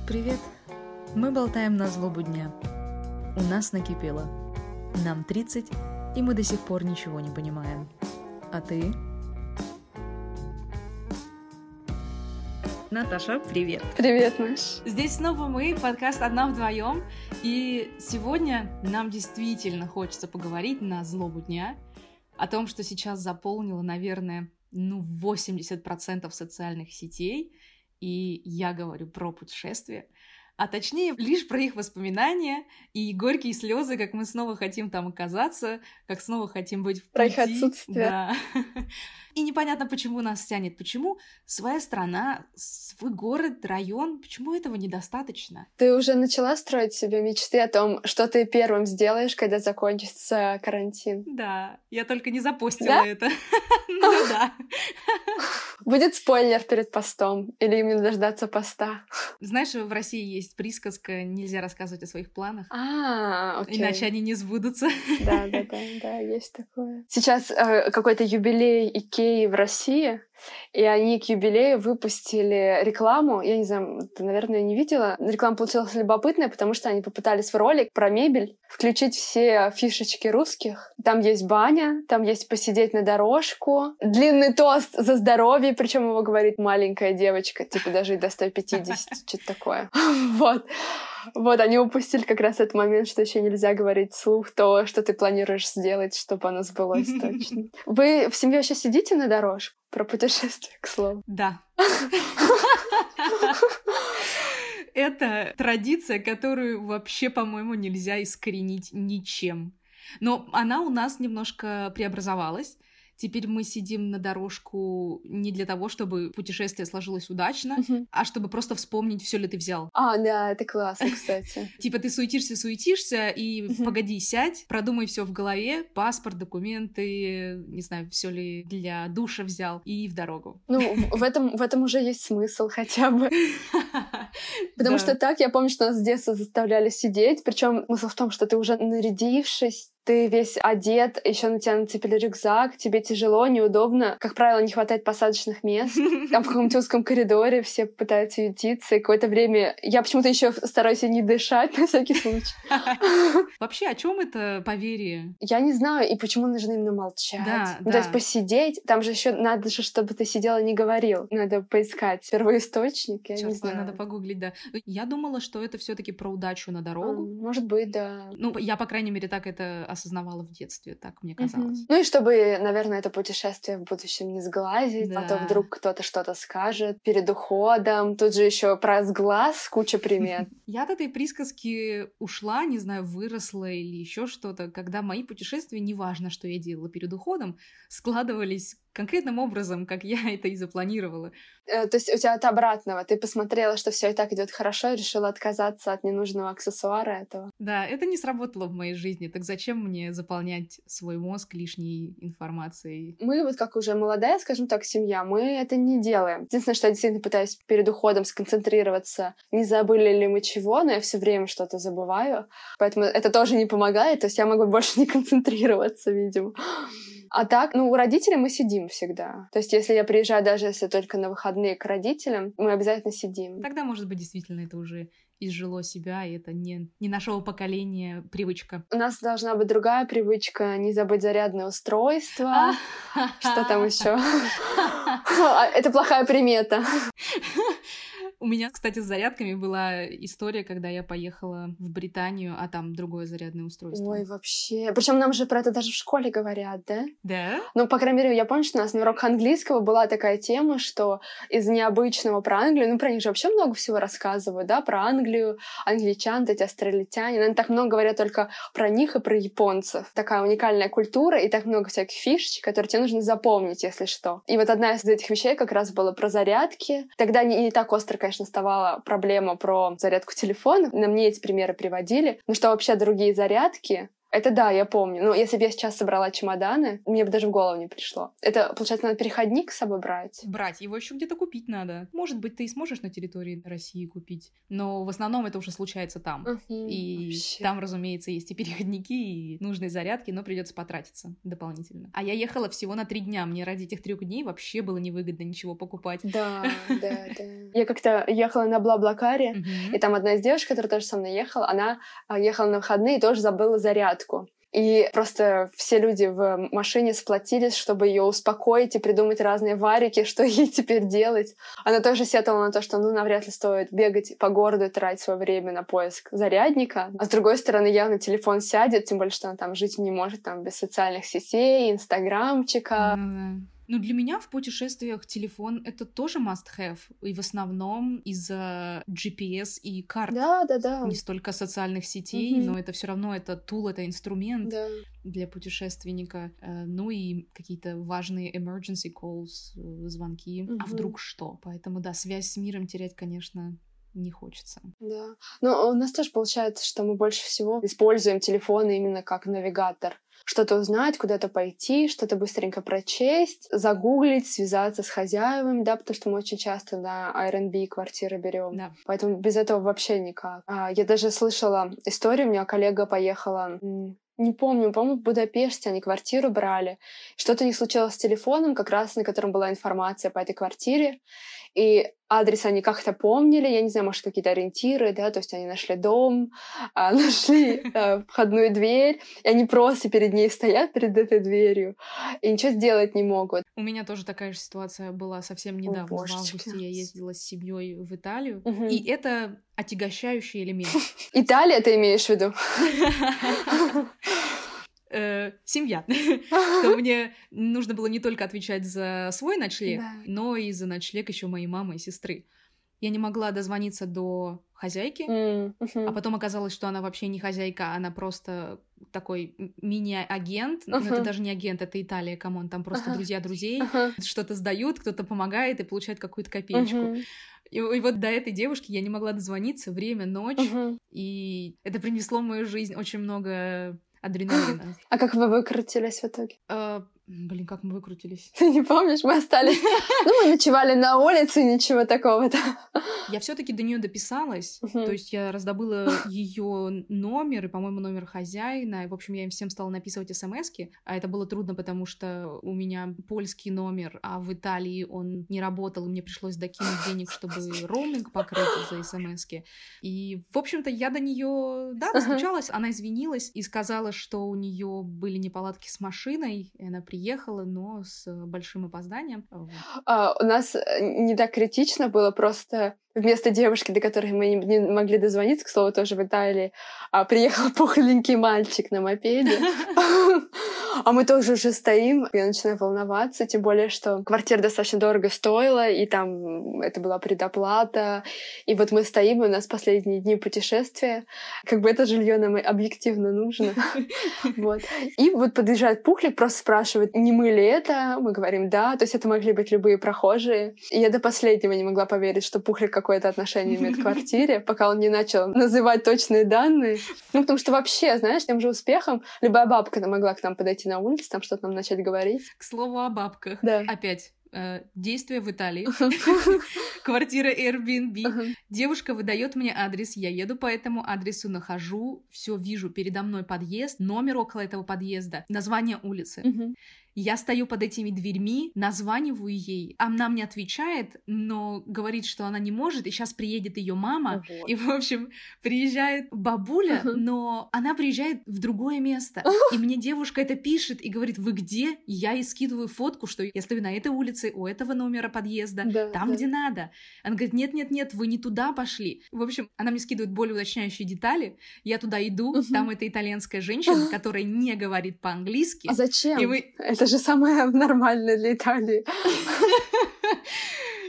Привет! Мы болтаем на злобу дня. У нас накипело. Нам 30, и мы до сих пор ничего не понимаем. А ты? Наташа, привет! Привет, Маш! Здесь снова мы, подкаст «Одна вдвоем», и сегодня нам действительно хочется поговорить на злобу дня о том, что сейчас заполнило, наверное, 80% социальных сетей, и я говорю про путешествия, а точнее лишь про их воспоминания и горькие слезы, как мы снова хотим там оказаться, как снова хотим быть в пути. Про их отсутствие. Да. И непонятно, почему нас тянет, почему своя страна, свой город, район, почему этого недостаточно? Ты уже начала строить себе мечты о том, что ты первым сделаешь, когда закончится карантин? Да, я только не запостила это. Ну да. Будет спойлер перед постом, или именно дождаться поста? Знаешь, в России есть присказка «нельзя рассказывать о своих планах». Окей. Иначе они не сбудутся. Да, есть такое. Сейчас какой-то юбилей Икеи в России, и они к юбилею выпустили рекламу. Я не знаю, ты, наверное, не видела. Реклама получилась любопытная, потому что они попытались в ролик про мебель включить все фишечки русских. Там есть баня, там есть посидеть на дорожку, длинный тост за здоровье, причем его говорит маленькая девочка, типа дожить до 150, что-то такое. Вот, они упустили как раз этот момент, что еще нельзя говорить вслух то, что ты планируешь сделать, чтобы оно сбылось точно. Вы в семье вообще сидите на дорожку? Про путешествия, к слову. Да. Это традиция, которую вообще, по-моему, нельзя искоренить ничем. Но она у нас немножко преобразовалась. Теперь мы сидим на дорожку не для того, чтобы путешествие сложилось удачно, а чтобы просто вспомнить, все ли ты взял. Да, это классно, кстати. Типа ты суетишься, и погоди, сядь, продумай все в голове, паспорт, документы, не знаю, все ли для душа взял, и в дорогу. Ну, в этом уже есть смысл хотя бы. Потому что так, я помню, что нас с детства заставляли сидеть, причем смысл в том, что ты уже нарядившись, ты весь одет, еще на тебя нацепили рюкзак, тебе тяжело, неудобно. Как правило, не хватает посадочных мест. Там в каком-то узком коридоре все пытаются ютиться, и какое-то время я почему-то еще стараюсь не дышать на всякий случай. Вообще, о чем это поверье? Я не знаю, и почему нужно именно молчать. То есть посидеть, там же еще надо же, чтобы ты сидел и не говорил. Надо поискать первоисточник, я не знаю. Надо погуглить, да. Я думала, что это все-таки про удачу на дорогу. Может быть, да. Ну, я, по крайней мере, так это осознавала в детстве, так мне казалось. Ну и чтобы, наверное, это путешествие в будущем не сглазить, а то вдруг кто-то что-то скажет перед уходом. Тут же еще про сглаз куча примет. Я от этой присказки ушла, не знаю, выросла или еще что-то, когда мои путешествия, неважно, что я делала перед уходом, складывались конкретным образом, как я это и запланировала. То есть у тебя от обратного. Ты посмотрела, что все и так идет хорошо, и решила отказаться от ненужного аксессуара этого. Да, это не сработало в моей жизни. Так зачем мне заполнять свой мозг лишней информацией? Мы вот как уже молодая, скажем так, семья, мы это не делаем. Единственное, что я действительно пытаюсь перед уходом сконцентрироваться, не забыли ли мы чего, но я все время что-то забываю. Поэтому это тоже не помогает. То есть я могу больше не концентрироваться, видимо. А так, у родителей мы сидим всегда. То есть если я приезжаю, даже если только на выходные к родителям, мы обязательно сидим. Тогда, может быть, действительно это уже изжило себя, и это не нашего поколения привычка. У нас должна быть другая привычка — не забыть зарядное устройство. Что там еще? Это плохая примета. У меня, кстати, с зарядками была история, когда я поехала в Британию, а там другое зарядное устройство. Ой, вообще. Причем нам же про это даже в школе говорят, да? Да? Ну, по крайней мере, я помню, что у нас на уроках английского была такая тема, что из необычного про Англию, про них же вообще много всего рассказывают, да, про Англию, англичан, эти австралитяне. Наверное, так много говорят только про них и про японцев. Такая уникальная культура и так много всяких фишечек, которые тебе нужно запомнить, если что. И вот одна из этих вещей как раз была про зарядки. Тогда не так остро, конечно, вставала проблема про зарядку телефона. На мне эти примеры приводили. Но что вообще другие зарядки Это да, я помню. Но если бы я сейчас собрала чемоданы, мне бы даже в голову не пришло. Это, получается, надо переходник с собой брать? Брать. Его еще где-то купить надо. Может быть, ты и сможешь на территории России купить, но в основном это уже случается там. И вообще. Там, разумеется, есть и переходники, и нужные зарядки, но придется потратиться дополнительно. А я ехала всего на 3 дня. Мне ради этих 3 дней вообще было невыгодно ничего покупать. Да. Я как-то ехала на Блаблакаре, и там одна из девушек, которая тоже со мной ехала, она ехала на выходные и тоже забыла зарядку. И просто все люди в машине сплотились, чтобы ее успокоить и придумать разные варики, что ей теперь делать. Она тоже сетовала на то, что навряд ли стоит бегать по городу и тратить свое время на поиск зарядника. А с другой стороны, явно телефон сядет, тем более, что она там жить не может там без социальных сетей, инстаграмчика. Ну, для меня в путешествиях телефон — это тоже must-have, и в основном из-за GPS и карт. Да. Не столько социальных сетей, но это все равно это tool, это инструмент для путешественника. Ну и какие-то важные emergency calls, звонки. А вдруг что? Поэтому, да, связь с миром терять, конечно, не хочется. Да. Но у нас тоже получается, что мы больше всего используем телефон именно как навигатор. Что-то узнать, куда-то пойти, что-то быстренько прочесть, загуглить, связаться с хозяевами, да, потому что мы очень часто на Airbnb квартиры берем. Да. Поэтому без этого вообще никак. Я даже слышала историю, у меня коллега поехала... Не помню, по-моему, в Будапеште они квартиру брали. Что-то не случилось с телефоном, как раз на котором была информация по этой квартире. И адрес они как-то помнили, я не знаю, может, какие-то ориентиры, да, то есть они нашли дом, нашли входную дверь, и они просто перед ней стоят, перед этой дверью, и ничего сделать не могут. У меня тоже такая же ситуация была совсем недавно. В августе я ездила с семьей в Италию, и это отягощающий элемент. Италия ты имеешь в виду? Семья. Что мне нужно было не только отвечать за свой ночлег, но и за ночлег еще моей мамы и сестры. Я не могла дозвониться до хозяйки, а потом оказалось, что она вообще не хозяйка, она просто такой мини-агент. Но это даже не агент, это Италия, камон, там просто друзья друзей что-то сдают, кто-то помогает и получает какую-то копеечку. И вот до этой девушки я не могла дозвониться, время, ночь, и это принесло в мою жизнь очень много адреналина. А как вы выкрутились в итоге? Блин, как мы выкрутились? Ты не помнишь? Мы остались... мы ночевали на улице, ничего такого-то. Я все-таки до нее дописалась, то есть я раздобыла ее номер и, по-моему, номер хозяина. И, в общем, я им всем стала написывать смски, а это было трудно, потому что у меня польский номер, а в Италии он не работал, и мне пришлось докинуть денег, чтобы роуминг покрыть за смски. И, в общем-то, я до нее, достучалась, она извинилась и сказала, что у нее были неполадки с машиной, и она приехала, но с большим опозданием. У нас не так критично было, просто вместо девушки, до которой мы не могли дозвониться, к слову, тоже в Италии, приехал пухленький мальчик на мопеде. А мы тоже уже стоим, я начинаю волноваться, тем более, что квартира достаточно дорого стоила, и там это была предоплата. И вот мы стоим, и у нас последние дни путешествия. Как бы это жилье нам объективно нужно. Вот. И вот подъезжает Пухлик, просто спрашивает, не мы ли это? Мы говорим, да. То есть это могли быть любые прохожие. И я до последнего не могла поверить, что Пухлик какое-то отношение имеет к квартире, пока он не начал называть точные данные. Ну, потому что вообще, знаешь, тем же успехом любая бабка могла к нам подойти на улице, там что-то нам начать говорить. К слову о бабках. Да. Опять. Действие в Италии. Квартира Airbnb. Девушка выдает мне адрес, я еду по этому адресу, нахожу, все вижу, передо мной подъезд, номер около этого подъезда, название улицы. Я стою под этими дверьми, названиваю ей, она мне отвечает, но говорит, что она не может, и сейчас приедет ее мама. И, в общем, приезжает бабуля, но она приезжает в другое место. И мне девушка это пишет и говорит, вы где? И я ей скидываю фотку, что я стою на этой улице, у этого номера подъезда, там, где надо. Она говорит, нет, вы не туда пошли. В общем, она мне скидывает более уточняющие детали. Я туда иду, там эта итальянская женщина, которая не говорит по-английски. А зачем? И мы... Это же самое нормальное для Италии. В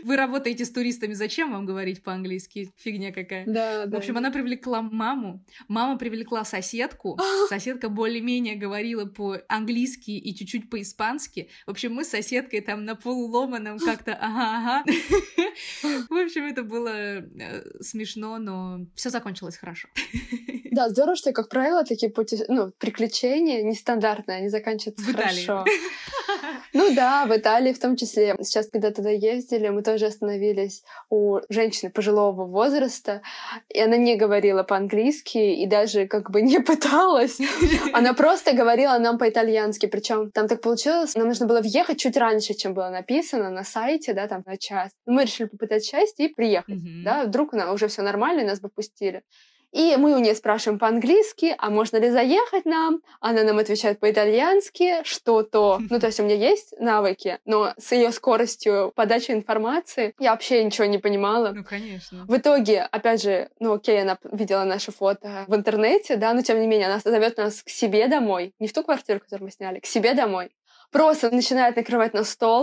Вы работаете с туристами, зачем вам говорить по-английски? Фигня какая. Да, В общем, она привлекла маму, мама привлекла соседку, соседка более-менее говорила по-английски и чуть-чуть по-испански. В общем, мы с соседкой там на полуломаном как-то ага. В общем, это было смешно, но все закончилось хорошо. Да, здорово, что, как правило, такие приключения нестандартные, они заканчиваются хорошо. Ну да, в Италии в том числе. Сейчас, когда туда ездили, мы тоже остановились у женщины пожилого возраста, и она не говорила по-английски и даже как бы не пыталась. Она просто говорила нам по-итальянски. Причем там так получилось, нам нужно было въехать чуть раньше, чем было написано на сайте, да, там на час. Мы решили попытать счастье и приехать. Да, вдруг уже все нормально, и нас бы пустили. И мы у нее спрашиваем по-английски, а можно ли заехать нам? Она нам отвечает по-итальянски, что-то. Ну, то есть у меня есть навыки, но с ее скоростью подачи информации я вообще ничего не понимала. Ну, конечно. В итоге, опять же, окей, она видела наши фото в интернете, да, но тем не менее она зовет нас к себе домой. Не в ту квартиру, которую мы сняли, к себе домой. Просто начинает накрывать на стол.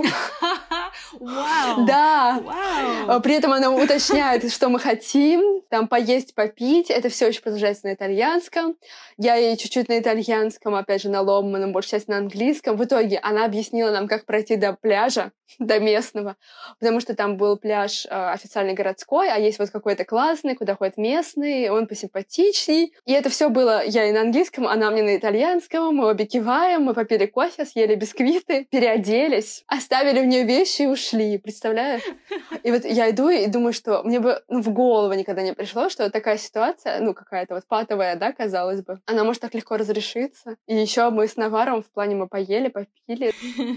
Вау! Да! Вау! При этом она уточняет, что мы хотим, там поесть, попить. Это все еще продолжается на итальянском. Я ей чуть-чуть на итальянском, опять же, на ломаном, большую часть на английском. В итоге она объяснила нам, как пройти до пляжа, до местного, потому что там был пляж официальный городской, а есть вот какой-то классный, куда ходят местные, он посимпатичней. И это все было я и на английском, она мне на итальянском. Мы обе киваем, мы попили кофе, съели бисквиты, переоделись, оставили у нее вещи и ушли, представляешь? И вот я иду и думаю, что мне бы в голову никогда не пришло, что вот такая ситуация, какая-то вот патовая, да, казалось бы, она может так легко разрешиться. И еще мы с наваром в плане мы поели, попили.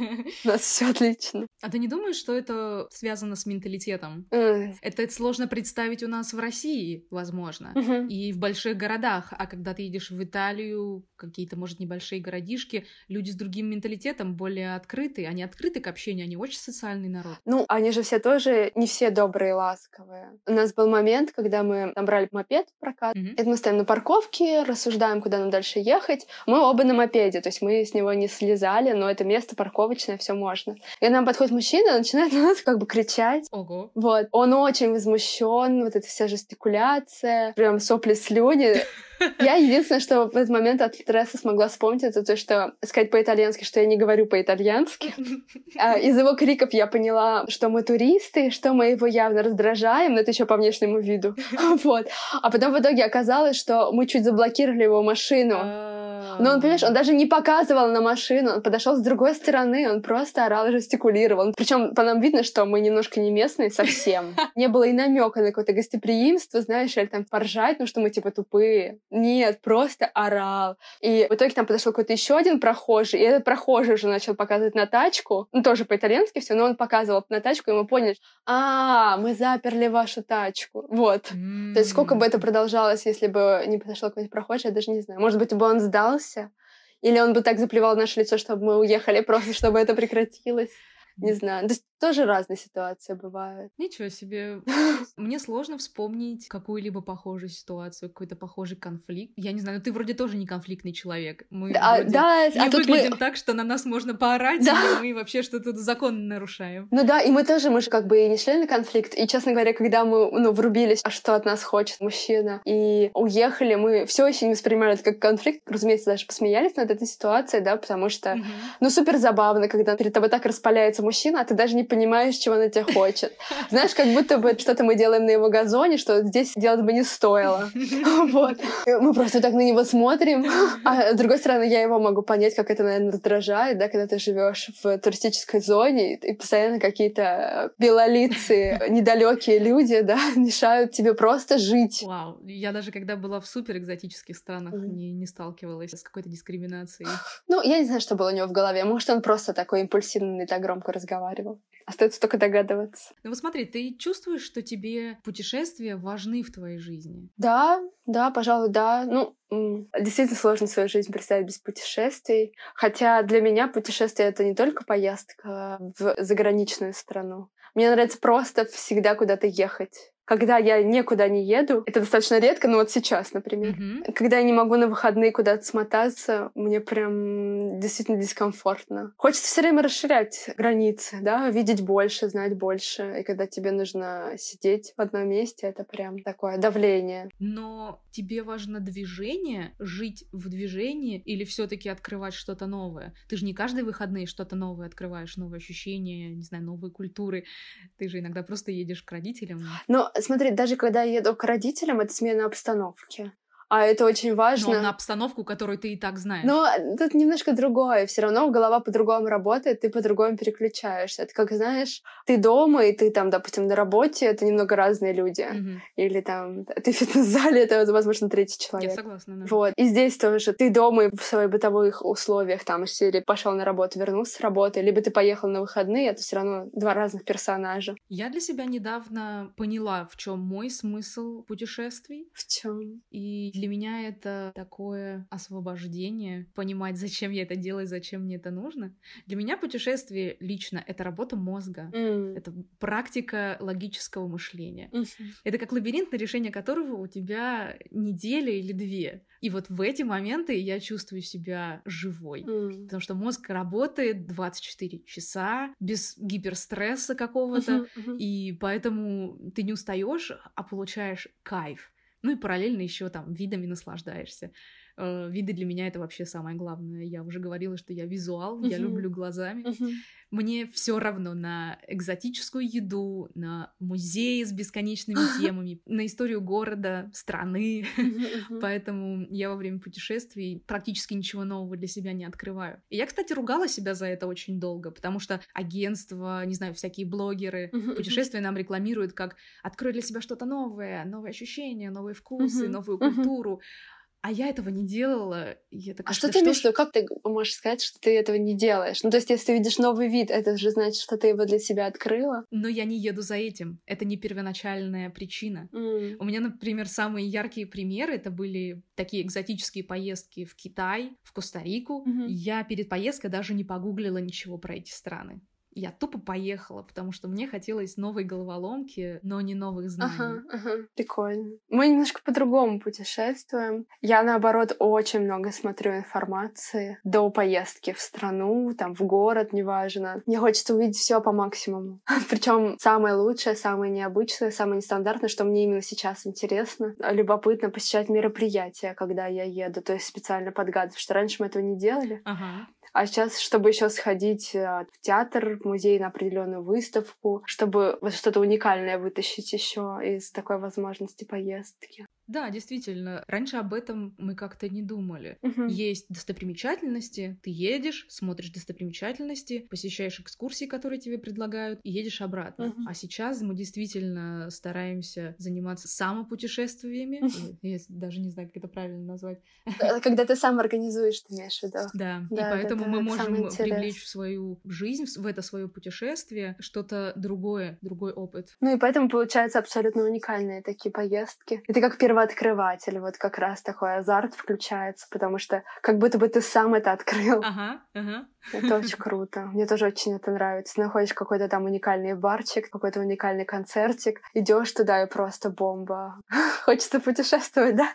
У нас все отлично. А ты не думаешь, что это связано с менталитетом? Это сложно представить у нас в России, возможно, и в больших городах. А когда ты едешь в Италию, какие-то, может, небольшие городишки, люди с другим менталитетом более открыты. Они открыты к общению, они очень социальный народ. Они же все тоже не все добрые и ласковые. У нас был момент, когда мы там брали мопед в прокат. Это мы стоим на парковке, рассуждаем, куда нам дальше ехать. Мы оба на мопеде, то есть мы с него не слезали, но это место парковочное, все можно. И нам подходит мужчина, начинает на нас как бы кричать. Ого. Вот. Он очень возмущен, вот эта вся жестикуляция, прям сопли, слюни. Я единственное, что в этот момент от стресса смогла вспомнить, это то, что сказать по-итальянски, что я не говорю по-итальянски. Из его криков я поняла, что мы туристы, что мы его явно раздражаем, но это еще по внешнему виду. Вот. А потом в итоге оказалось, что мы чуть заблокировали его машину. Но он, понимаешь, он даже не показывал на машину, он подошел с другой стороны, он просто орал и жестикулировал. Причем по нам видно, что мы немножко не местные совсем. Не было и намека на какое-то гостеприимство, знаешь, или там поржать, что мы типа тупые. Нет, просто орал. И в итоге там подошел какой-то еще один прохожий, и этот прохожий уже начал показывать на тачку, тоже по-итальянски все, но он показывал на тачку, и мы поняли, мы заперли вашу тачку. Вот. То есть сколько бы это продолжалось, если бы не подошел какой-нибудь прохожий, я даже не знаю. Может быть, бы он сдался, или он бы так заплевал наше лицо, чтобы мы уехали, просто чтобы это прекратилось. Не знаю. То есть тоже разные ситуации бывают. Ничего себе. Мне сложно вспомнить какую-либо похожую ситуацию, какой-то похожий конфликт. Я не знаю, но ты вроде тоже не конфликтный человек. Мы не выглядим так, что на нас можно поорать, и мы вообще что-то закон нарушаем. И мы же как бы и не шли на конфликт. И, честно говоря, когда мы врубились, а что от нас хочет мужчина, и уехали, мы все еще не воспринимали это как конфликт. Разумеется, даже посмеялись над этой ситуацией, да, потому что, супер забавно, когда перед тобой так распаляется мужчина, а ты даже не понимаешь, чего он от тебя хочет. Знаешь, как будто бы что-то мы делаем на его газоне, что здесь делать бы не стоило. Вот. Мы просто так на него смотрим. А с другой стороны, я его могу понять, как это, наверное, раздражает, да, когда ты живешь в туристической зоне, и постоянно какие-то белолицые, недалекие люди, да, мешают тебе просто жить. Вау. Я даже когда была в супер экзотических странах, не сталкивалась с какой-то дискриминацией. Я не знаю, что было у него в голове. Может, он просто такой импульсивный, так громко разговаривал. Остается только догадываться. Вот смотри, ты чувствуешь, что тебе путешествия важны в твоей жизни? Да, пожалуй, да. Действительно сложно свою жизнь представить без путешествий. Хотя для меня путешествие — это не только поездка в заграничную страну. Мне нравится просто всегда куда-то ехать. Когда я никуда не еду, это достаточно редко, но вот сейчас, например, когда я не могу на выходные куда-то смотаться, мне прям действительно дискомфортно. Хочется все время расширять границы, да, видеть больше, знать больше. И когда тебе нужно сидеть в одном месте, это прям такое давление. Но тебе важно движение, жить в движении или все-таки открывать что-то новое? Ты же не каждые выходные что-то новое открываешь, новые ощущения, не знаю, новые культуры. Ты же иногда просто едешь к родителям. Но смотри, даже когда я еду к родителям, это смена обстановки. А это очень важно. Но на обстановку, которую ты и так знаешь. Но тут немножко другое. Все равно голова по-другому работает, ты по-другому переключаешься. Это как, знаешь, ты дома, и ты там, допустим, на работе, это немного разные люди. Или там ты в фитнес-зале, это, возможно, третий человек. Я согласна, да. Вот. И здесь тоже. Ты дома и в своих бытовых условиях, там, из серии пошел на работу, вернулся с работы, либо ты поехал на выходные, это все равно два разных персонажа. Я для себя недавно поняла, в чем мой смысл путешествий. В чем? И для меня это такое освобождение, понимать, зачем я это делаю, зачем мне это нужно. Для меня путешествие лично — это работа мозга, это практика логического мышления. Это как лабиринт, на решение которого у тебя неделя или две. И вот в эти моменты я чувствую себя живой, потому что мозг работает 24 часа без гиперстресса какого-то, и поэтому ты не устаешь, а получаешь кайф. Ну и параллельно еще там видами наслаждаешься. Виды для меня — это вообще самое главное. Я уже говорила, что я визуал, я люблю глазами. Мне все равно на экзотическую еду, на музеи с бесконечными темами, на историю города, страны. Поэтому я во время путешествий практически ничего нового для себя не открываю. И я, кстати, ругала себя за это очень долго, потому что агентства, не знаю, всякие блогеры, путешествия нам рекламируют как «открой для себя что-то новое, новые ощущения, новые вкусы, новую культуру». А я этого не делала. А что ты имеешь в виду? Как ты можешь сказать, что ты этого не делаешь? Ну, то есть, если ты видишь новый вид, это же значит, что ты его для себя открыла? Но я не еду за этим. Это не первоначальная причина. У меня, например, самые яркие примеры — это были такие экзотические поездки в Китай, в Коста-Рику. Я перед поездкой даже не погуглила ничего про эти страны. Я тупо поехала, потому что мне хотелось новой головоломки, но не новых знаний. Прикольно. Мы немножко по-другому путешествуем. Я, наоборот, очень много смотрю информации до поездки в страну, там, в город, неважно. Мне хочется увидеть все по максимуму. Причем самое лучшее, самое необычное, самое нестандартное, что мне именно сейчас интересно. Любопытно посещать мероприятия, когда я еду, то есть специально подгадывать, что раньше мы этого не делали. А сейчас, чтобы еще сходить в театр, в музей на определенную выставку, чтобы вот что-то уникальное вытащить еще из такой возможности поездки. Да, действительно. Раньше об этом мы как-то не думали. Есть достопримечательности, ты едешь, смотришь достопримечательности, посещаешь экскурсии, которые тебе предлагают, и едешь обратно. А сейчас мы действительно стараемся заниматься самопутешествиями. Я даже не знаю, как это правильно назвать. Когда ты сам организуешь, ты имеешь в виду. Да, и поэтому мы можем привлечь в свою жизнь, в это свое путешествие что-то другое, другой опыт. Ну и поэтому получаются абсолютно уникальные такие поездки. Это как первооткрыватель, вот как раз такой азарт включается, потому что как будто бы ты сам это открыл. Это очень круто. Мне тоже очень это нравится. Находишь какой-то там уникальный барчик, какой-то уникальный концертик, идешь туда и просто бомба. Хочется путешествовать, да?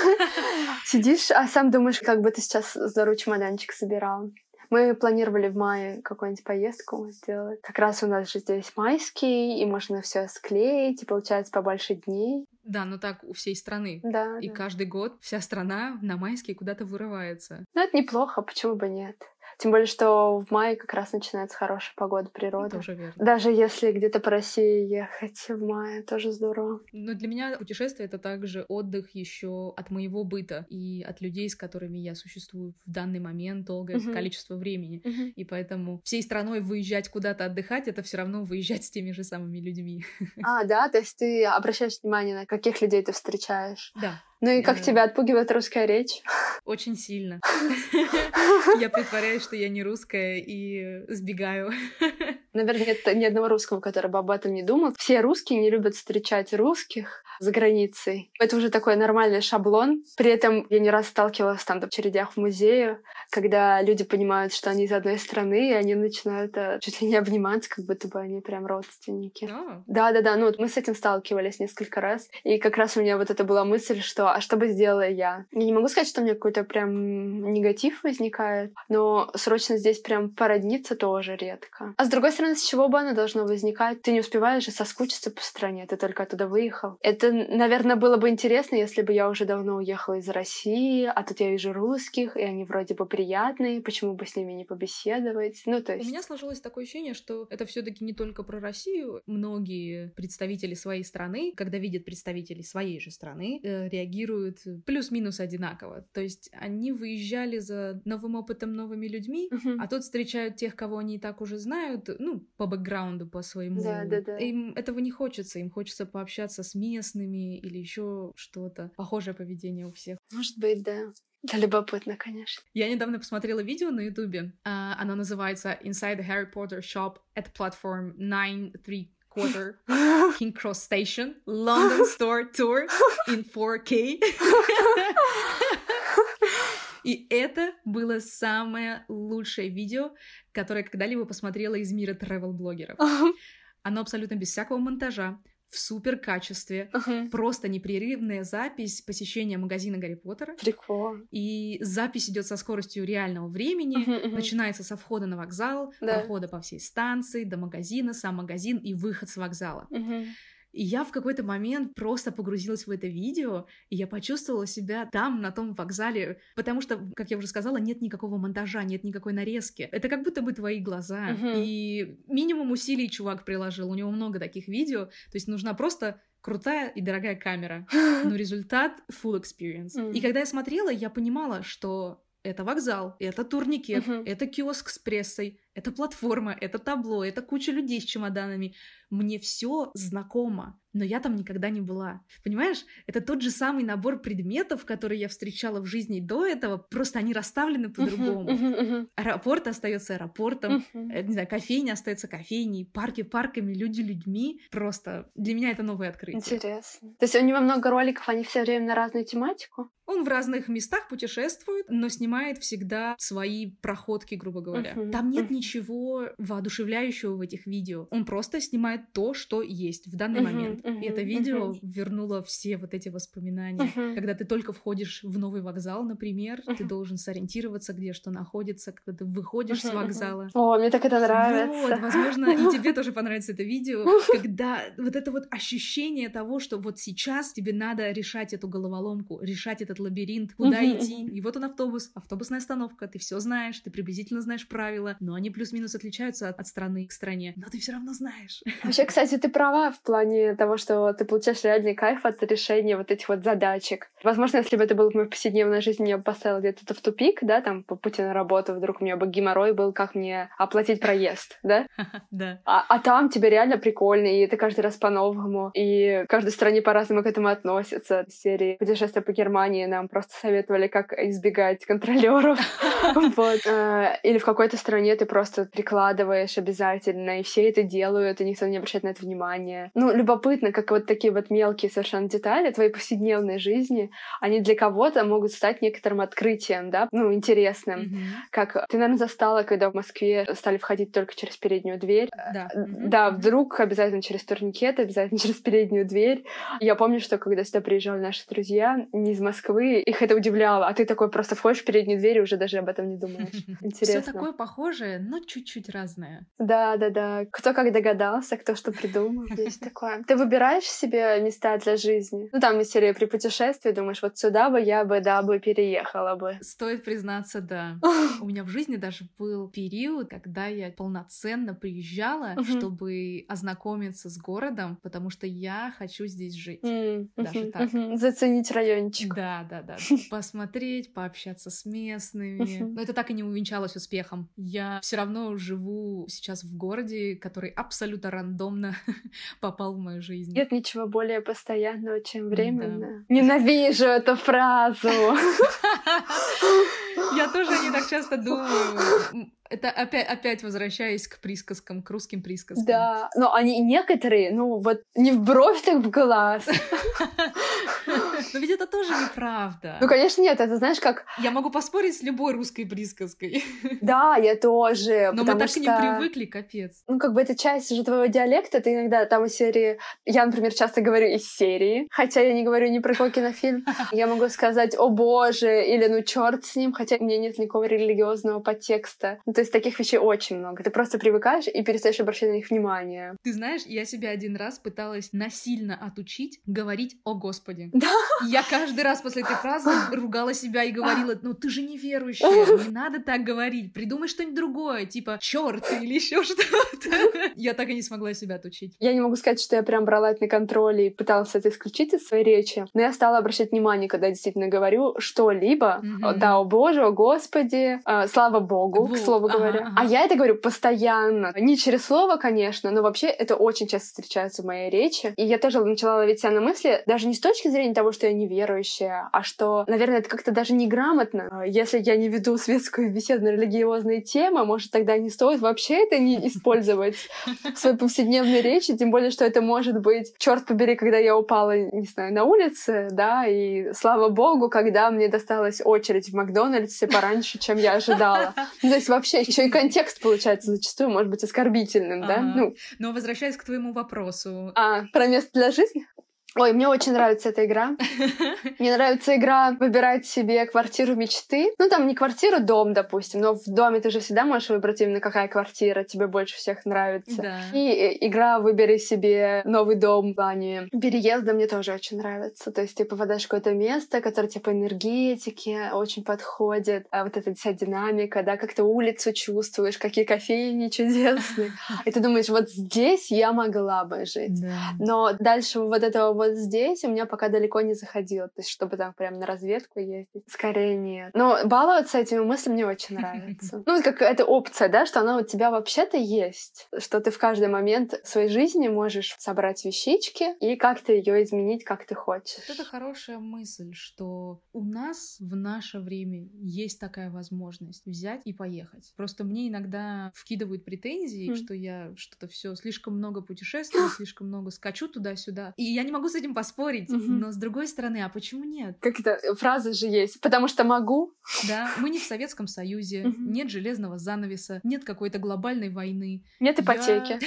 Сидишь, а сам думаешь, как бы ты сейчас здоровый чемоданчик собирал. Мы планировали в мае какую-нибудь поездку сделать. Как раз у нас же здесь майский, и можно все склеить, и получается побольше дней. Да, но так у всей страны. Да. И каждый год вся страна на майские куда-то вырывается. Ну, это неплохо, почему бы нет? Тем более, что в мае как раз начинается хорошая погода, природа. Тоже верно. Даже если где-то по России ехать в мае, тоже здорово. Но для меня путешествие — это также отдых еще от моего быта и от людей, с которыми я существую в данный момент долгое количество времени. И поэтому всей страной выезжать куда-то отдыхать — это все равно выезжать с теми же самыми людьми. А, да? То есть ты обращаешь внимание, на каких людей ты встречаешь? Да. Ну и как тебя отпугивает русская речь? Очень сильно. Я притворяюсь, что я не русская, и сбегаю. Ну Наверное, нет ни одного русского, который бы об этом не думал. Все русские не любят встречать русских за границей. Это уже такой нормальный шаблон. При этом я не раз сталкивалась там в очередях в музее, когда люди понимают, что они из одной страны, и они начинают чуть ли не обниматься, как будто бы они прям родственники. Да-да-да, ну вот мы с этим сталкивались несколько раз. И как раз у меня вот это была мысль, что а что бы сделала я? Я не могу сказать, что у меня какой-то прям негатив возникает, но срочно здесь прям породниться тоже редко. А с другой стороны, с чего бы оно должно возникать? Ты не успеваешь же соскучиться по стране, ты только оттуда выехал. Это, наверное, было бы интересно, если бы я уже давно уехала из России, а тут я вижу русских, и они вроде бы приятные, почему бы с ними не побеседовать? Ну, то есть... У меня сложилось такое ощущение, что это все-таки не только про Россию. Многие представители своей страны, когда видят представителей своей же страны, реагируют плюс-минус одинаково. То есть они выезжали за новым опытом, новыми людьми, а тут встречают тех, кого они и так уже знают, ну, по бэкграунду, по своему. Да. Им этого не хочется, им хочется пообщаться с местными или еще что-то. Похожее поведение у всех. Может быть, да. Да, любопытно, конечно. Я недавно посмотрела видео на Ютубе. Оно называется «Inside the Harry Potter shop at platform 9¾ King Cross Station, London Store Tour in 4K». И это было самое лучшее видео, которое я когда-либо посмотрела из мира travel-блогеров. Оно абсолютно без всякого монтажа, в супер качестве, просто непрерывная запись посещения магазина Гарри Поттера. Прикольно. И запись идет со скоростью реального времени, начинается со входа на вокзал, прохода по всей станции, до магазина, сам магазин и выход с вокзала. И я в какой-то момент просто погрузилась в это видео, и я почувствовала себя там, на том вокзале, потому что, как я уже сказала, нет никакого монтажа, нет никакой нарезки. Это как будто бы твои глаза. И минимум усилий чувак приложил, у него много таких видео, то есть нужна просто крутая и дорогая камера, но результат full experience. И когда я смотрела, я понимала, что это вокзал, это турникет, это киоск с прессой, это платформа, это табло, это куча людей с чемоданами. Мне все знакомо, но я там никогда не была. Понимаешь, это тот же самый набор предметов, которые я встречала в жизни до этого, просто они расставлены по-другому. Аэропорт остается аэропортом, не знаю, кофейня остается кофейней, парки парками, люди людьми. Просто для меня это новое открытие. Интересно. То есть у него много роликов, они все время на разную тематику? Он в разных местах путешествует, но снимает всегда свои проходки, грубо говоря. Там нет ничего воодушевляющего в этих видео. Он просто снимает то, что есть в данный момент. И это видео вернуло все вот эти воспоминания. Когда ты только входишь в новый вокзал, например, ты должен сориентироваться, где что находится, когда ты выходишь с вокзала. О, мне так это нравится. Вот, возможно, и тебе тоже понравится это видео, когда вот это вот ощущение того, что вот сейчас тебе надо решать эту головоломку, решать этот лабиринт, куда идти. И вот он автобус, автобусная остановка, ты все знаешь, ты приблизительно знаешь правила, но они плюс-минус отличаются от страны к стране, но ты все равно знаешь. Вообще, кстати, ты права в плане того, что ты получаешь реальный кайф от решения вот этих вот задачек. Возможно, если бы это было в моей повседневной жизни, меня бы поставило где-то в тупик, да, там, по пути на работу, вдруг у меня бы геморрой был, как мне оплатить проезд, да? Да. А там тебе реально прикольно, и это каждый раз по-новому, и в каждой стране по-разному к этому относятся. В серии «Путешествия по Германии» нам просто советовали, как избегать контролёров. Или в какой-то стране ты просто прикладываешь обязательно, и все это делают, и никто не обращает на это внимания. Ну, любопытно, как вот такие вот мелкие совершенно детали твоей повседневной жизни, они для кого-то могут стать некоторым открытием, да, ну, интересным. Как ты, наверное, застала, когда в Москве стали входить только через переднюю дверь. Да, вдруг обязательно через турникет, обязательно через переднюю дверь. Я помню, что когда сюда приезжали наши друзья не из Москвы, их это удивляло, а ты такой просто входишь в переднюю дверь и уже даже об этом не думаешь. Интересно. Все такое похожее, но чуть-чуть разное. Да. Кто как догадался, кто что придумал. Есть такое. Ты выбираешь себе места для жизни? Ну, там из серии при путешествии думаешь, вот сюда бы я бы, да, бы переехала бы. Стоит признаться, да. У меня в жизни даже был период, когда я полноценно приезжала, чтобы ознакомиться с городом, потому что я хочу здесь жить. Даже так. Заценить райончик. Да. Посмотреть, пообщаться с местными. Но это так и не увенчалось успехом. Я все равно живу сейчас в городе, который абсолютно рандомно попал в мою жизнь. Нет ничего более постоянного, чем временно. Да. Ненавижу эту фразу. Я тоже не так часто думаю. Это опять возвращаясь к присказкам, к русским присказкам. Да, но они некоторые, ну вот не в бровь, так в глаз. Но ведь это тоже неправда. Ну, конечно, нет, это знаешь, как... Я могу поспорить с любой русской присказкой. Да, я тоже. Но мы так и не привыкли, капец. Ну, как бы это часть уже твоего диалекта, ты иногда там из серии... Я, например, часто говорю из серии, хотя я не говорю ни про какой кинофильм. Я могу сказать «О боже» или «Ну чёрт с ним», хотя у меня нет никакого религиозного подтекста. Ну, то есть таких вещей очень много. Ты просто привыкаешь и перестаешь обращать на них внимание. Ты знаешь, я себя один раз пыталась насильно отучить говорить «О Господи». Да. Я каждый раз после этой фразы ругала себя и говорила: ну ты же неверующая, не надо так говорить, придумай что-нибудь другое, типа чёрт или еще что-то. Я так и не смогла себя отучить. Я не могу сказать, что я прям брала это на контроль и пыталась это исключить из своей речи, но я стала обращать внимание, когда я действительно говорю что-либо. Да, о боже, о господи, слава богу, к слову говоря. А я это говорю постоянно. Не через слово, конечно, но вообще это очень часто встречается в моей речи. И я тоже начала ловить себя на мысли, даже не с точки зрения того, что я неверующая, а что, наверное, это как-то даже неграмотно. Если я не веду светскую беседу на религиозные темы, может, тогда не стоит вообще это не использовать в своей повседневной речи, тем более, что это может быть, черт побери, когда я упала, не знаю, на улице, да, и слава богу, когда мне досталась очередь в Макдональдсе пораньше, чем я ожидала. Ну, то есть вообще еще и контекст получается зачастую может быть оскорбительным, да? Ну. Но возвращаясь к твоему вопросу. Про место для жизни? Ой, мне очень нравится эта игра. Мне нравится игра выбирать себе квартиру мечты. Ну, там не квартиру, дом, допустим, но в доме ты же всегда можешь выбрать именно какая квартира тебе больше всех нравится. Да. И игра «Выбери себе новый дом» в плане переезда мне тоже очень нравится. То есть ты попадаешь в какое-то место, которое тебе по энергетике очень подходит. А вот эта вся динамика, да, как ты улицу чувствуешь, какие кофейни чудесные. И ты думаешь, вот здесь я могла бы жить. Да. Но дальше вот этого вот здесь у меня пока далеко не заходило. То есть, чтобы там прям на разведку ездить. Скорее нет. Но баловаться этими мыслями мне очень нравится. Ну, как это опция, да, что она у тебя вообще-то есть. Что ты в каждый момент своей жизни можешь собрать вещички и как-то ее изменить, как ты хочешь. Вот это хорошая мысль, что у нас в наше время есть такая возможность взять и поехать. Просто мне иногда вкидывают претензии, что я что-то все слишком много путешествую, слишком много скачу туда-сюда. И я не могу с этим поспорить, но с другой стороны, а почему нет? Как это, фраза же есть. Потому что могу. Да, мы не в Советском Союзе, нет железного занавеса, нет какой-то глобальной войны. Нет ипотеки.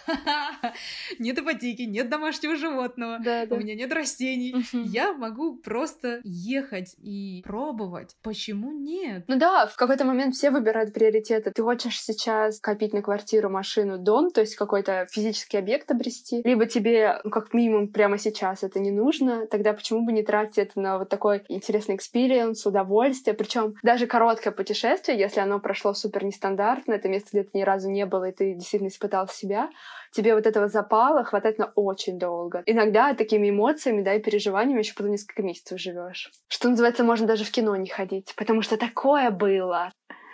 Нет ипотеки, нет домашнего животного, у меня нет растений. Я могу просто ехать и пробовать. Почему нет? Ну да, в какой-то момент все выбирают приоритеты. Ты хочешь сейчас копить на квартиру, машину, дом, то есть какой-то физический объект обрести, либо тебе, как минимум, прямо сейчас это не нужно, тогда почему бы не тратить это на вот такой интересный экспириенс, удовольствие, причем даже короткое путешествие, если оно прошло супер нестандартно, это место, где ты ни разу не был, и ты действительно испытал себя, тебе вот этого запала хватает на очень долго. Иногда такими эмоциями, да, и переживаниями еще потом несколько месяцев живешь. Что называется, можно даже в кино не ходить, потому что такое было.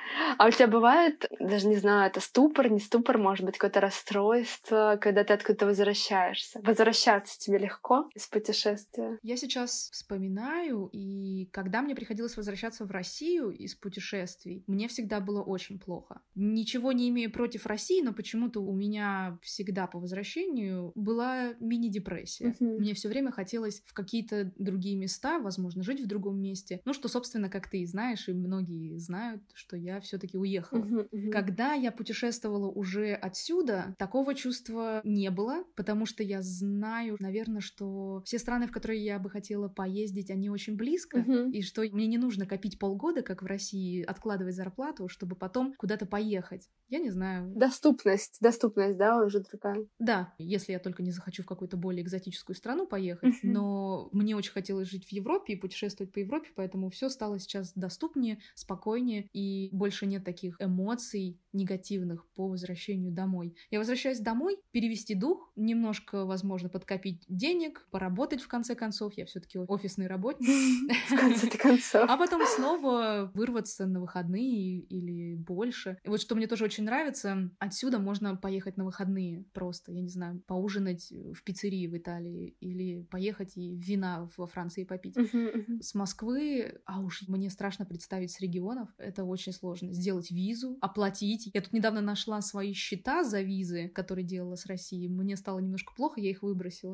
А у тебя бывает, даже не знаю, это ступор, не ступор, может быть, какое-то расстройство, когда ты откуда-то возвращаешься? Возвращаться тебе легко из путешествия? Я сейчас вспоминаю, и когда мне приходилось возвращаться в Россию из путешествий, мне всегда было очень плохо. Ничего не имею против России, но почему-то у меня всегда по возвращению была мини-депрессия. Мне все время хотелось в какие-то другие места, возможно, жить в другом месте. Ну, что, собственно, как ты знаешь, и многие знают, что я все-таки уехала. Когда я путешествовала уже отсюда, такого чувства не было, потому что я знаю, наверное, что все страны, в которые я бы хотела поездить, они очень близко, и что мне не нужно копить полгода, как в России, откладывать зарплату, чтобы потом куда-то поехать. Я не знаю. Доступность, да, уже другая. Да, если я только не захочу в какую-то более экзотическую страну поехать, но мне очень хотелось жить в Европе и путешествовать по Европе, поэтому все стало сейчас доступнее, спокойнее, и больше нет таких эмоций негативных по возвращению домой. Я возвращаюсь домой, перевести дух, немножко, возможно, подкопить денег, поработать в конце концов. Я все-таки офисный работник. В конце концов. А потом снова вырваться на выходные или больше. И вот что мне тоже очень нравится, отсюда можно поехать на выходные просто, я не знаю, поужинать в пиццерии в Италии или поехать и вина во Франции попить. С Москвы, а уж мне страшно представить с регионов, это очень сложно. Сделать визу, оплатить платить. Я тут недавно нашла свои счета за визы, которые делала с Россией. Мне стало немножко плохо, я их выбросила.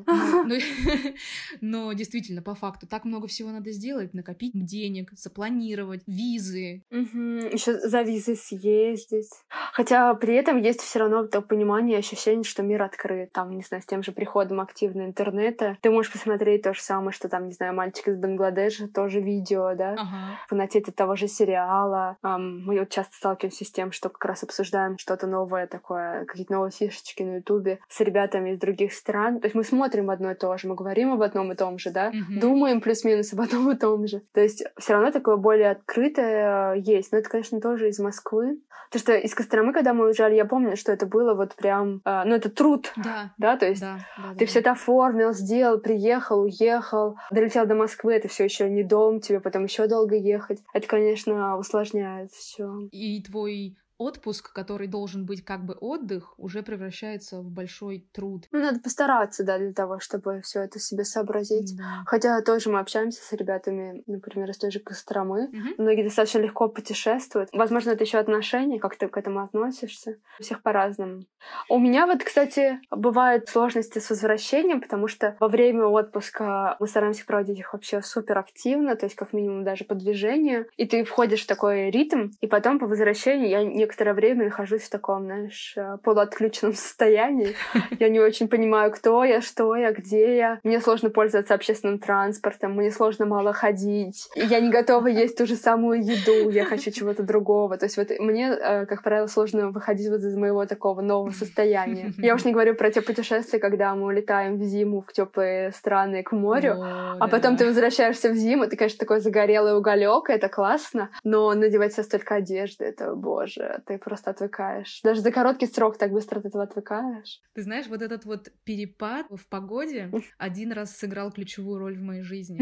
Но действительно, по факту, так много всего надо сделать. Накопить денег, запланировать, визы. Еще за визы съездить. Хотя при этом есть все равно то понимание, ощущение, что мир открыт. Там, не знаю, с тем же приходом активного интернета. Ты можешь посмотреть то же самое, что там, не знаю, мальчик из Бангладеша, тоже видео, да? Фанатеть от того же сериала. Мы вот часто сталкиваемся с тем, что как раз обсуждаем что-то новое такое, какие-то новые фишечки на Ютубе с ребятами из других стран. То есть мы смотрим одно и то же, мы говорим об одном и том же, да? Думаем плюс-минус об одном и том же. То есть все равно такое более открытое есть. Но это, конечно, тоже из Москвы. Потому что из Костромы, когда мы уезжали, я помню, что это было вот прям... это труд. Да? То есть ты все это оформил, сделал, приехал, уехал, долетел до Москвы, это все еще не дом, тебе потом еще долго ехать. Это, конечно, усложняет все. И твой отпуск, который должен быть как бы отдых, уже превращается в большой труд. Надо постараться, да, для того, чтобы все это себе сообразить. Да. Хотя тоже мы общаемся с ребятами, например, из той же Костромы. Многие достаточно легко путешествуют. Возможно, это еще отношения, как ты к этому относишься. У всех по-разному. У меня вот, кстати, бывают сложности с возвращением, потому что во время отпуска мы стараемся проводить их вообще супер активно, то есть как минимум даже по движению. И ты входишь в такой ритм, и потом по возвращению я некоторое время нахожусь в таком, знаешь, полуотключенном состоянии. Я не очень понимаю, кто я, что я, где я. Мне сложно пользоваться общественным транспортом, мне сложно мало ходить. Я не готова есть ту же самую еду, я хочу чего-то другого. То есть вот мне, как правило, сложно выходить вот из моего такого нового состояния. Я уж не говорю про те путешествия, когда мы улетаем в зиму в теплые страны к морю, а потом ты возвращаешься в зиму, ты, конечно, такой загорелый уголек, это классно, но надевать себе столько одежды, это, боже, ты просто отвыкаешь. Даже за короткий срок так быстро от этого отвыкаешь. Ты знаешь, вот этот вот перепад в погоде один раз сыграл ключевую роль в моей жизни.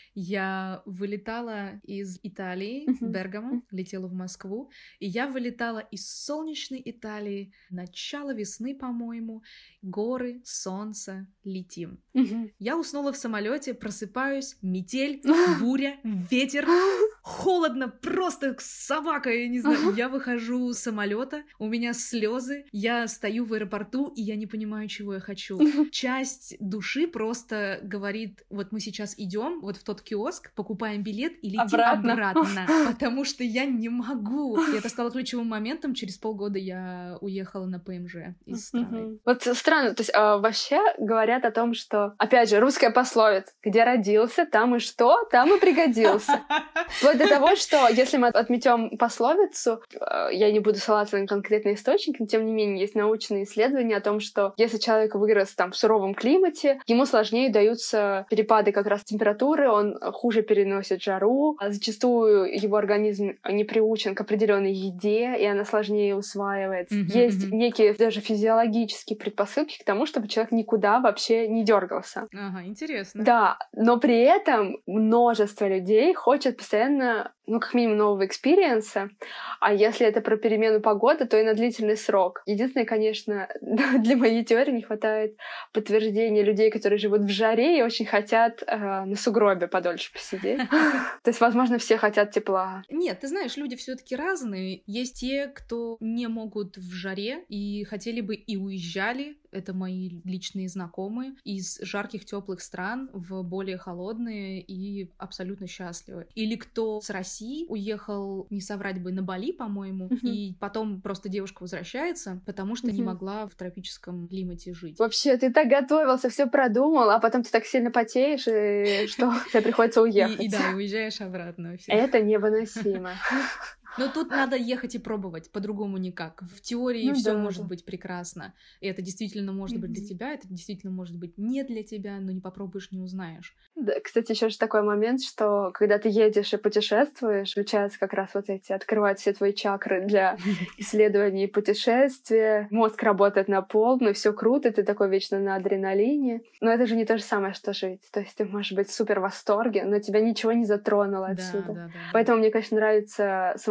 Я вылетала из Италии, Бергамо, летела в Москву, и я вылетала из солнечной Италии, начало весны, по-моему, горы, солнце, летим. Я уснула в самолете, просыпаюсь, метель, буря, ветер, холодно, просто собака, я не знаю. Я выхожу с самолета, у меня слезы, я стою в аэропорту, и я не понимаю, чего я хочу. Часть души просто говорит, вот мы сейчас идем вот в тот киоск, покупаем билет и летим обратно, потому что я не могу. И это стало ключевым моментом. Через полгода я уехала на ПМЖ из страны. Вот странно, то есть вообще говорят о том, что, опять же, русская пословица, где родился, там и что, там и пригодился. Вплоть до того, что если мы отметем пословицу, я не буду ссылаться на конкретный источник, но тем не менее есть научные исследования о том, что если человек вырос там в суровом климате, ему сложнее даются перепады как раз температуры, он хуже переносит жару, а зачастую его организм не приучен к определенной еде, и она сложнее усваивается. Есть некие даже физиологические предпосылки к тому, чтобы человек никуда вообще не дергался. Ага, интересно. Да, но при этом множество людей хочет постоянно, как минимум нового экспириенса, а если это про перемену погоды, то и на длительный срок. Единственное, конечно, для моей теории не хватает подтверждения людей, которые живут в жаре и очень хотят на сугробе подольше посидеть. То есть, возможно, все хотят тепла. Нет, ты знаешь, люди все-таки разные. Есть те, кто не могут в жаре и хотели бы и уезжали. Это мои личные знакомые из жарких теплых стран в более холодные и абсолютно счастливы. Или кто с России уехал, не соврать бы, на Бали, по-моему, и потом просто девушка возвращается, потому что не могла в тропическом климате жить. Вообще, ты так готовился, все продумал, а потом ты так сильно потеешь, и что тебе приходится уехать. И уезжаешь обратно. Это невыносимо. Но тут надо ехать и пробовать, по-другому никак. В теории все может быть прекрасно. И это действительно может быть для тебя, это действительно может быть не для тебя, но не попробуешь, не узнаешь. Да, кстати, еще же такой момент, что когда ты едешь и путешествуешь, включаются как раз вот эти, открывают все твои чакры для исследований и путешествия. Мозг работает на полную, все круто, ты такой вечно на адреналине. Но это же не то же самое, что жить. То есть ты можешь быть в супер восторге, но тебя ничего не затронуло отсюда. Да. Поэтому мне, конечно, нравится самому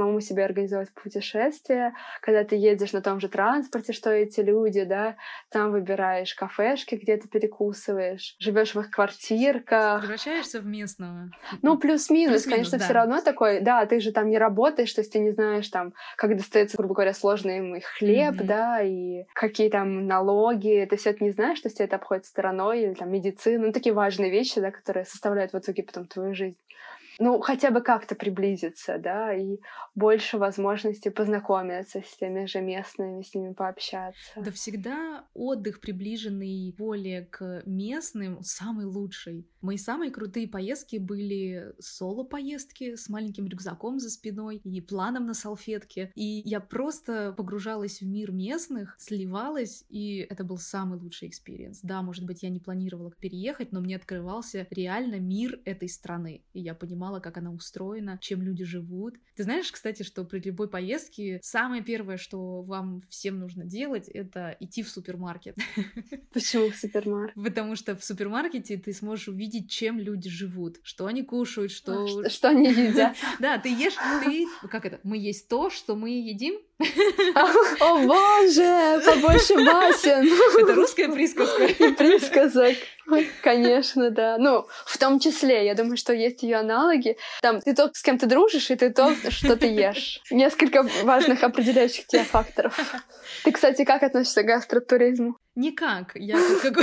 самому себе организовать путешествие, когда ты едешь на том же транспорте, что эти люди, да, там выбираешь кафешки, где ты перекусываешь, живешь в их квартирках. Превращаешься в местного. Ну, плюс-минус, конечно, да. все равно такой, да, ты же там не работаешь, то есть ты не знаешь там, как достается, грубо говоря, сложный им хлеб, да, и какие там налоги, ты все это не знаешь, то есть это обходит стороной, или там медицину, ну, такие важные вещи, да, которые составляют в итоге потом твою жизнь. Ну, хотя бы как-то приблизиться, да, и больше возможностей познакомиться с теми же местными, с ними пообщаться. Да всегда отдых, приближенный более к местным, самый лучший. Мои самые крутые поездки были соло-поездки с маленьким рюкзаком за спиной и планом на салфетке. И я просто погружалась в мир местных, сливалась, и это был самый лучший экспириенс. Да, может быть, я не планировала переехать, но мне открывался реально мир этой страны. И я понимала, как она устроена, чем люди живут. Ты знаешь, кстати, что при любой поездке самое первое, что вам всем нужно делать, это идти в супермаркет. Почему в супермаркет? Потому что в супермаркете ты сможешь увидеть, чем люди живут, что они кушают, что они едят. Да, ты ешь, как это? Мы есть то, что мы едим. О боже, побольше басен. Это русская присказка. И присказок. Конечно, да. Ну, в том числе, я думаю, что есть ее аналоги. Там ты то, с кем ты дружишь, и ты то, что ты ешь. Несколько важных определяющих тебя факторов. Ты, кстати, как относишься к гастротуризму? Никак. Я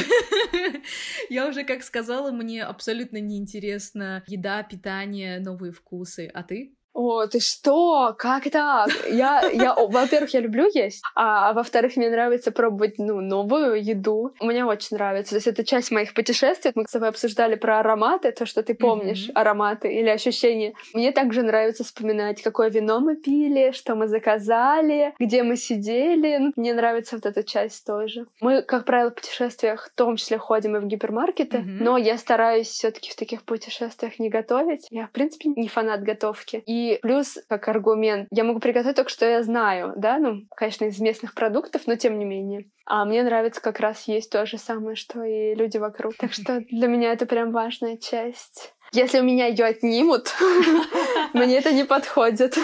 уже, как сказала, мне абсолютно неинтересна еда, питание, новые вкусы. А ты? О, ты что? Как так? Во-первых, я люблю есть, а во-вторых, мне нравится пробовать, новую еду. Мне очень нравится. То есть это часть моих путешествий. Мы с тобой обсуждали про ароматы, то, что ты помнишь, ароматы или ощущения. Мне также нравится вспоминать, какое вино мы пили, что мы заказали, где мы сидели. Мне нравится вот эта часть тоже. Мы, как правило, в путешествиях в том числе ходим и в гипермаркеты, но я стараюсь все-таки в таких путешествиях не готовить. Я, в принципе, не фанат готовки. И плюс, как аргумент, я могу приготовить только, что я знаю, да, конечно, из местных продуктов, но тем не менее. А мне нравится как раз есть то же самое, что и люди вокруг. Так что для меня это прям важная часть. Если у меня ее отнимут, мне это не подходит.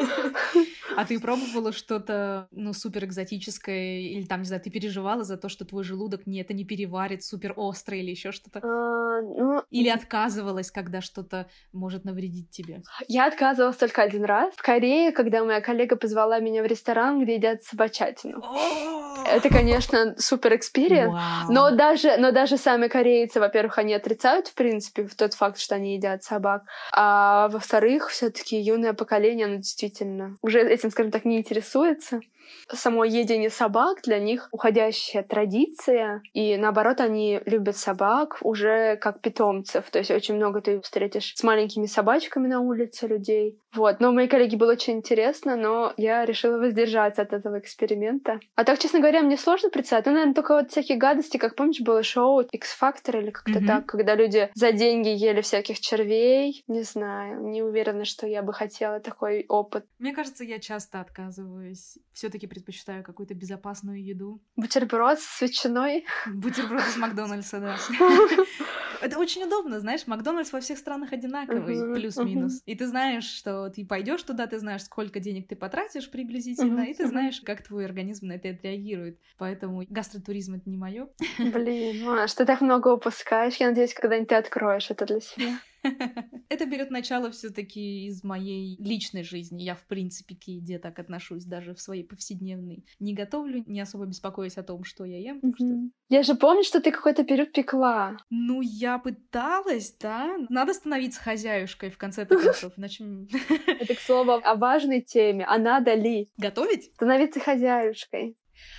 А ты пробовала что-то, супер экзотическое, или там, не знаю, ты переживала за то, что твой желудок это не переварит супер остро или еще что-то? Или отказывалась, когда что-то может навредить тебе? Я отказывалась только один раз. В Корее, когда моя коллега позвала меня в ресторан, где едят собачатину. Это, конечно, супер экспириенс. Но даже сами корейцы, во-первых, они отрицают, в принципе, тот факт, что они едят собак. А во-вторых, все-таки юное поколение, оно действительно уже этим, скажем так, не интересуется. Само едение собак для них уходящая традиция, и наоборот, они любят собак уже как питомцев. То есть очень много ты встретишь с маленькими собачками на улице людей. Вот. Но моей коллеге было очень интересно, но я решила воздержаться от этого эксперимента. А так, честно говоря, мне сложно представить. Наверное, только вот всякие гадости, как помнишь, было шоу X-Factor или как-то так, когда люди за деньги ели всяких червей. Не знаю, не уверена, что я бы хотела такой опыт. Мне кажется, я часто отказываюсь. Все-таки предпочитаю какую-то безопасную еду. Бутерброд с ветчиной. Бутерброд из Макдональдса, да. Это очень удобно, знаешь, Макдональдс во всех странах одинаковый, плюс-минус. И ты знаешь, что ты пойдешь туда, ты знаешь, сколько денег ты потратишь приблизительно, и ты знаешь, как твой организм на это отреагирует. Поэтому гастротуризм — это не мое. Блин, Маш, ты так много упускаешь. Я надеюсь, когда-нибудь ты откроешь это для себя. Это берет начало все-таки из моей личной жизни. Я, в принципе, к еде так отношусь, даже в своей повседневной. Не готовлю, не особо беспокоюсь о том, что я ем. Я же помню, что ты какой-то период пекла. Я пыталась, да. Надо становиться хозяюшкой, в конце-то концов, иначе... Это, к слову, о важной теме. А надо ли? Готовить? Становиться хозяюшкой.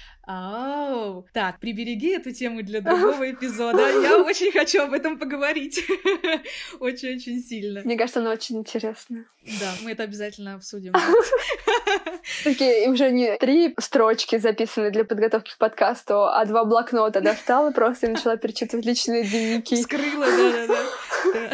Так, прибереги эту тему для другого эпизода. Я очень хочу об этом поговорить. Очень-очень сильно. Мне кажется, она очень интересная. Да, мы это обязательно обсудим. Такие уже не 3 строчки записаны для подготовки к подкасту, а 2 блокнота достала просто и начала перечитывать личные дневники. Вскрыла, да.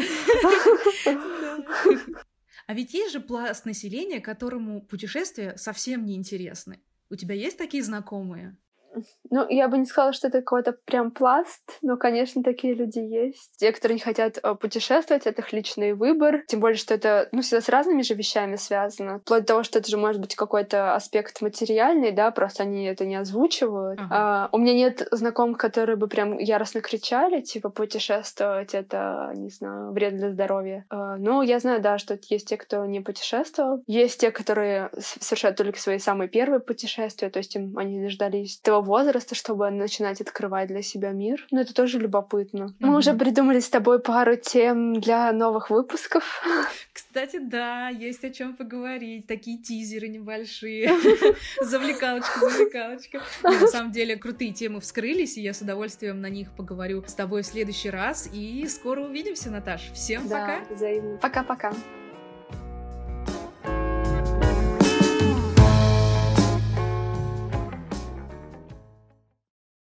А ведь есть же пласт населения, которому путешествия совсем не интересны. У тебя есть такие знакомые? Ну, я бы не сказала, что это какой-то прям пласт, но, конечно, такие люди есть. Те, которые не хотят путешествовать, это их личный выбор. Тем более, что это, всегда с разными же вещами связано. Вплоть до того, что это же может быть какой-то аспект материальный, да, просто они это не озвучивают. У меня нет знакомых, которые бы прям яростно кричали, типа, путешествовать — это, не знаю, вред для здоровья. Но я знаю, да, что есть те, кто не путешествовал. Есть те, которые совершают только свои самые первые путешествия, то есть они дождались того возраста, чтобы начинать открывать для себя мир. Но это тоже любопытно. Мы уже придумали с тобой пару тем для новых выпусков. Кстати, да, есть о чем поговорить. Такие тизеры небольшие. Завлекалочка. На самом деле, крутые темы вскрылись, и я с удовольствием на них поговорю с тобой в следующий раз. И скоро увидимся, Наташ. Всем пока. Взаимно. Пока-пока.